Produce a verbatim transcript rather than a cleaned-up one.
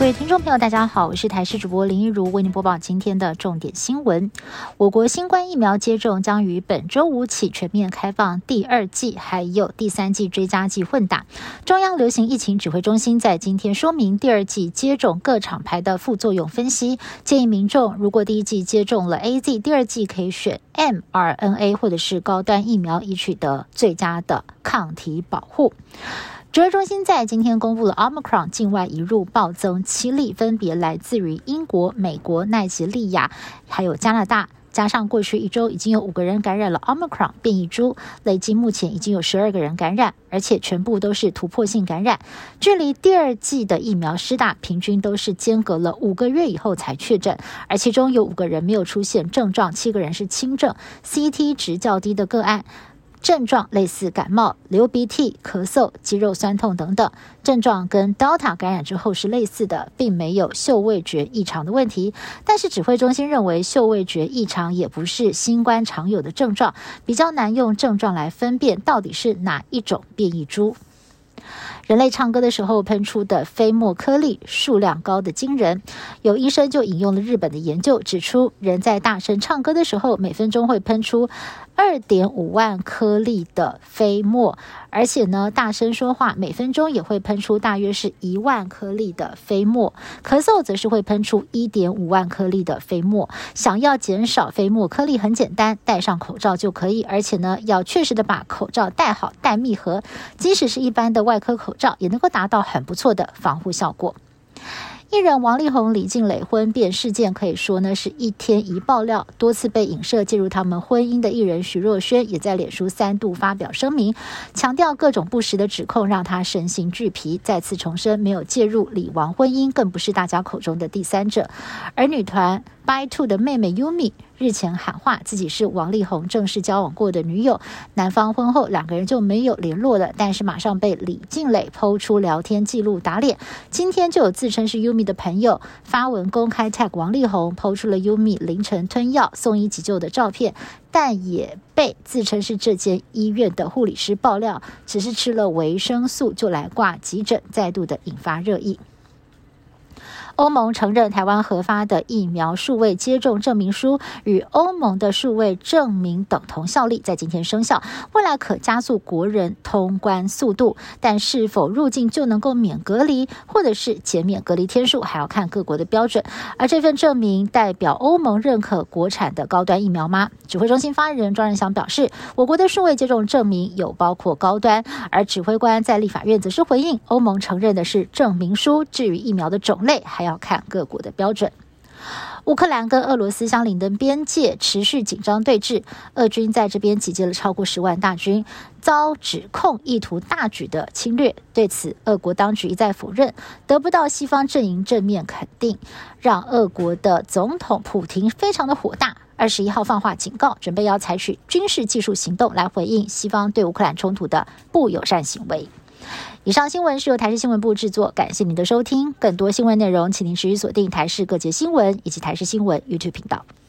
各位听众朋友大家好，我是台视主播林一如，为您播报今天的重点新闻。我国新冠疫苗接种将于本周五起全面开放第二剂还有第三剂追加剂混打。中央流行疫情指挥中心在今天说明第二剂接种各厂牌的副作用分析，建议民众如果第一剂接种了 A Z， 第二剂可以选 M R N A 或者是高端疫苗，以取得最佳的抗体保护。指挥中心在今天公布了 Omicron 境外移入暴增七例，分别来自于英国、美国、奈及利亚还有加拿大，加上过去一周已经有五个人感染了 Omicron 变异株，累计目前已经有十二个人感染，而且全部都是突破性感染。距离第二剂的疫苗施打平均都是间隔了五个月以后才确诊，而其中有五个人没有出现症状，七个人是轻症 C T 值较低的个案，症状类似感冒、流鼻涕、咳嗽、肌肉酸痛等等，症状跟 Delta 感染之后是类似的，并没有嗅味觉异常的问题。但是指挥中心认为嗅味觉异常也不是新冠常有的症状，比较难用症状来分辨到底是哪一种变异株。人类唱歌的时候喷出的飞沫颗粒数量高得惊人，有医生就引用了日本的研究，指出人在大声唱歌的时候，每分钟会喷出 二点五万颗粒的飞沫，而且呢，大声说话每分钟也会喷出大约是一万颗粒的飞沫，咳嗽则是会喷出 一点五万颗粒的飞沫。想要减少飞沫颗粒很简单，戴上口罩就可以，而且呢，要确实的把口罩戴好、戴密合，即使是一般的外科口罩也能够达到很不错的防护效果。艺人王力宏、李静蕾婚变事件可以说呢是一天一爆料，多次被影射介入他们婚姻的艺人徐若瑄也在脸书三度发表声明，强调各种不实的指控让他身心俱疲，再次重申没有介入李王婚姻，更不是大家口中的第三者。而女团 By Two 的妹妹 Yumi 日前喊话自己是王力宏正式交往过的女友，男方婚后两个人就没有联络了，但是马上被李静蕾抛出聊天记录打脸。今天就有自称是 Yumi 的朋友发文公开 tag 王力宏，抛出了 Yumi 凌晨吞药送医急救的照片，但也被自称是这间医院的护理师爆料只是吃了维生素就来挂急诊，再度的引发热议。欧盟承认台湾核发的疫苗数位接种证明书与欧盟的数位证明等同效力，在今天生效，未来可加速国人通关速度，但是否入境就能够免隔离，或者是减免隔离天数，还要看各国的标准。而这份证明代表欧盟认可国产的高端疫苗吗？指挥中心发言人庄仁祥表示，我国的数位接种证明有包括高端，而指挥官在立法院则是回应，欧盟承认的是证明书，至于疫苗的种类还要看各国的标准。乌克兰跟俄罗斯相邻的边界持续紧张对峙，俄军在这边集结了超过十万大军，遭指控意图大举的侵略。对此，俄国当局一再否认，得不到西方阵营正面肯定，让俄国的总统普亭非常的火大。二十一号放话警告，准备要采取军事技术行动来回应西方对乌克兰冲突的不友善行为。以上新闻是由台视新闻部制作，感谢您的收听。更多新闻内容，请您持续锁定台视各节新闻以及台视新闻 YouTube 频道。